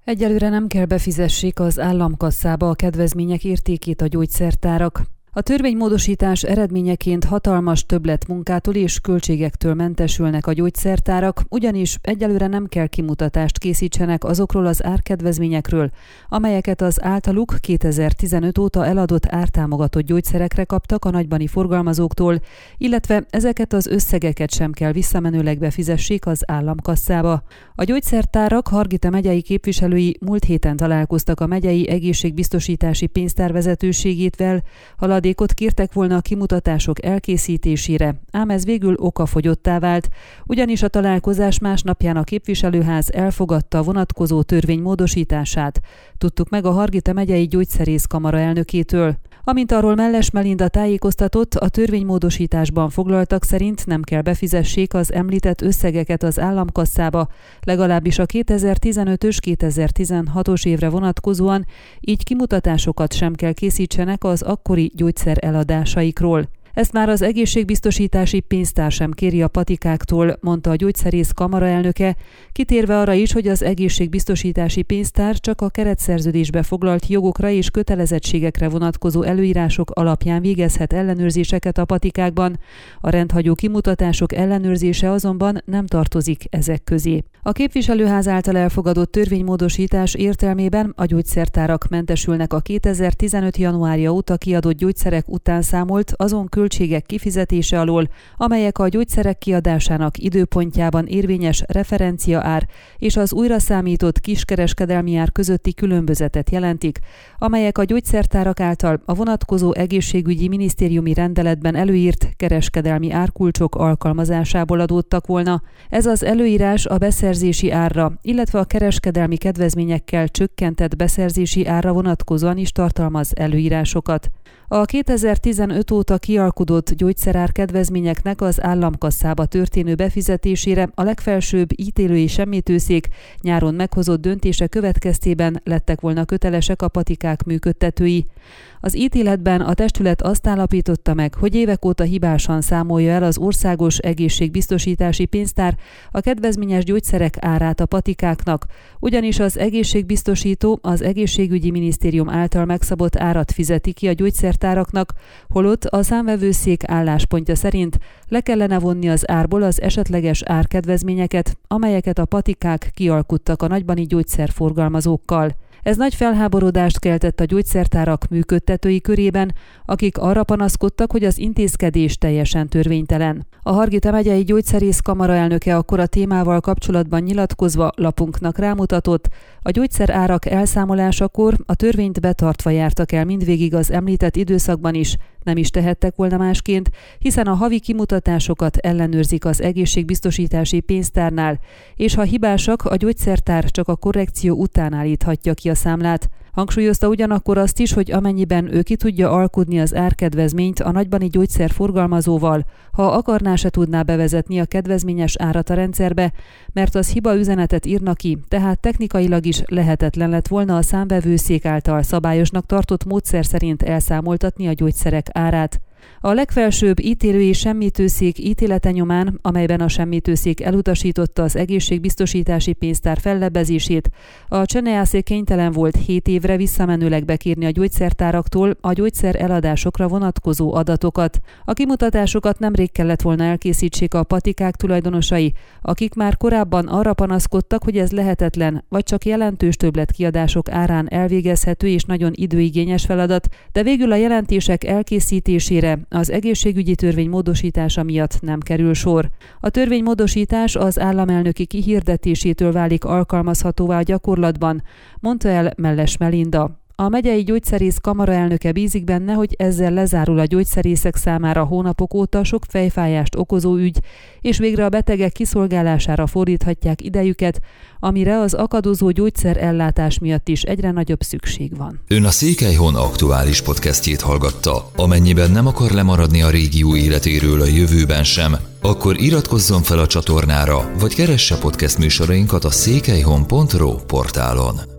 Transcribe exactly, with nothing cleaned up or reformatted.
Egyelőre nem kell befizessék az államkasszába a kedvezmények értékét a gyógyszertárak. A törvénymódosítás eredményeként hatalmas többletmunkától és költségektől mentesülnek a gyógyszertárak, ugyanis egyelőre nem kell kimutatást készítsenek azokról az árkedvezményekről, amelyeket az általuk kétezer-tizenöt óta eladott ártámogatott gyógyszerekre kaptak a nagybani forgalmazóktól, illetve ezeket az összegeket sem kell visszamenőleg befizessék az államkasszába. A gyógyszertárak Hargita megyei képviselői múlt héten találkoztak a megyei egészségbiztosítási pénztár vezetőségével, haladékot kértek volna a kimutatások elkészítésére, ám ez végül okafogyottá vált, ugyanis a találkozás másnapján a képviselőház elfogadta a vonatkozó törvény módosítását, tudtuk meg a Hargita megyei gyógyszerészkamara elnökétől. Amint arról Melles Melinda tájékoztatott, a törvénymódosításban foglaltak szerint nem kell befizessék az említett összegeket az államkasszába, legalábbis a kétezer-tizenötös kétezer-tizenhatos évre vonatkozóan, így kimutatásokat sem kell készítsenek az akkori gyógyszer eladásaikról. Ezt már az egészségbiztosítási pénztár sem kéri a patikáktól, mondta a gyógyszerész kamara elnöke, kitérve arra is, hogy az egészségbiztosítási pénztár csak a keretszerződésbe foglalt jogokra és kötelezettségekre vonatkozó előírások alapján végezhet ellenőrzéseket a patikákban, a rendhagyó kimutatások ellenőrzése azonban nem tartozik ezek közé. A képviselőház által elfogadott törvénymódosítás értelmében a gyógyszertárak mentesülnek a kétezer-tizenöt januárja óta kiadott gyógyszerek után számolt azon költségek kifizetése alól, amelyek a gyógyszerek kiadásának időpontjában érvényes referenciaár és az újra számított kiskereskedelmi ár közötti különbözetet jelentik, amelyek a gyógyszertárak által a vonatkozó egészségügyi minisztériumi rendeletben előírt kereskedelmi árkulcsok alkalmazásából adódtak volna. Ez az előírás a beszerzési árra, illetve a kereskedelmi kedvezményekkel csökkentett beszerzési árra vonatkozóan is tartalmaz előírásokat. A kétezer-tizenöt óta kialkudott gyógyszerár kedvezményeknek az államkasszába történő befizetésére a legfelsőbb ítélői semmitőszék nyáron meghozott döntése következtében lettek volna kötelesek a patikák működtetői. Az ítéletben a testület azt állapította meg, hogy évek óta hibásan számolja el az Országos Egészségbiztosítási Pénztár a kedvezményes gyógyszerek árát a patikáknak, ugyanis az egészségbiztosító az egészségügyi minisztérium által megszabott árat fizeti ki a gyógyszertáraknak, holott a számvevőszék álláspontja szerint le kellene vonni az árból az esetleges árkedvezményeket, amelyeket a patikák kialkuttak a nagybani gyógyszerforgalmazókkal. Ez nagy felháborodást keltett a gyógyszertárak működtetői körében, akik arra panaszkodtak, hogy az intézkedés teljesen törvénytelen. A Hargita megyei gyógyszerészkamara elnöke akkor a témával kapcsolatban nyilatkozva lapunknak rámutatott, a gyógyszerárak elszámolásakor a törvényt betartva jártak el mindvégig az említett időszakban is, nem is tehettek volna másként, hiszen a havi kimutatásokat ellenőrzik az egészségbiztosítási pénztárnál, és ha hibásak, a gyógyszertár csak a korrekció után állíthatja ki a számlát. Hangsúlyozta ugyanakkor azt is, hogy amennyiben ő ki tudja alkudni az árkedvezményt a nagybani gyógyszerforgalmazóval, ha akarná, se tudná bevezetni a kedvezményes árat a rendszerbe, mert az hiba üzenetet írna ki, tehát technikailag is lehetetlen lett volna a számvevőszék által szabályosnak tartott módszer szerint elszámoltatni a gyógyszerek árát. A legfelsőbb ítélői semmitőszék ítélete nyomán, amelyben a semmitőszék elutasította az egészségbiztosítási pénztár fellebbezését, a Csenejászék kénytelen volt hét évre visszamenőleg bekérni a gyógyszertáraktól a gyógyszer eladásokra vonatkozó adatokat. A kimutatásokat nemrég kellett volna elkészítsék a patikák tulajdonosai, akik már korábban arra panaszkodtak, hogy ez lehetetlen, vagy csak jelentős többletkiadások árán elvégezhető és nagyon időigényes feladat, de végül a jelentések elkészítésére az egészségügyi törvény módosítása miatt nem kerül sor. A törvénymódosítás az államelnöki kihirdetésétől válik alkalmazhatóvá a gyakorlatban, mondta el Melles Melinda. A megyei gyógyszerész kamara elnöke bízik benne, hogy ezzel lezárul a gyógyszerészek számára hónapok óta sok fejfájást okozó ügy, és végre a betegek kiszolgálására fordíthatják idejüket, amire az akadozó gyógyszerellátás miatt is egyre nagyobb szükség van. Ön a Székelyhon aktuális podcastjét hallgatta. Amennyiben nem akar lemaradni a régió életéről a jövőben sem, akkor iratkozzon fel a csatornára, vagy keresse podcast műsorainkat a székelyhon pont ro portálon.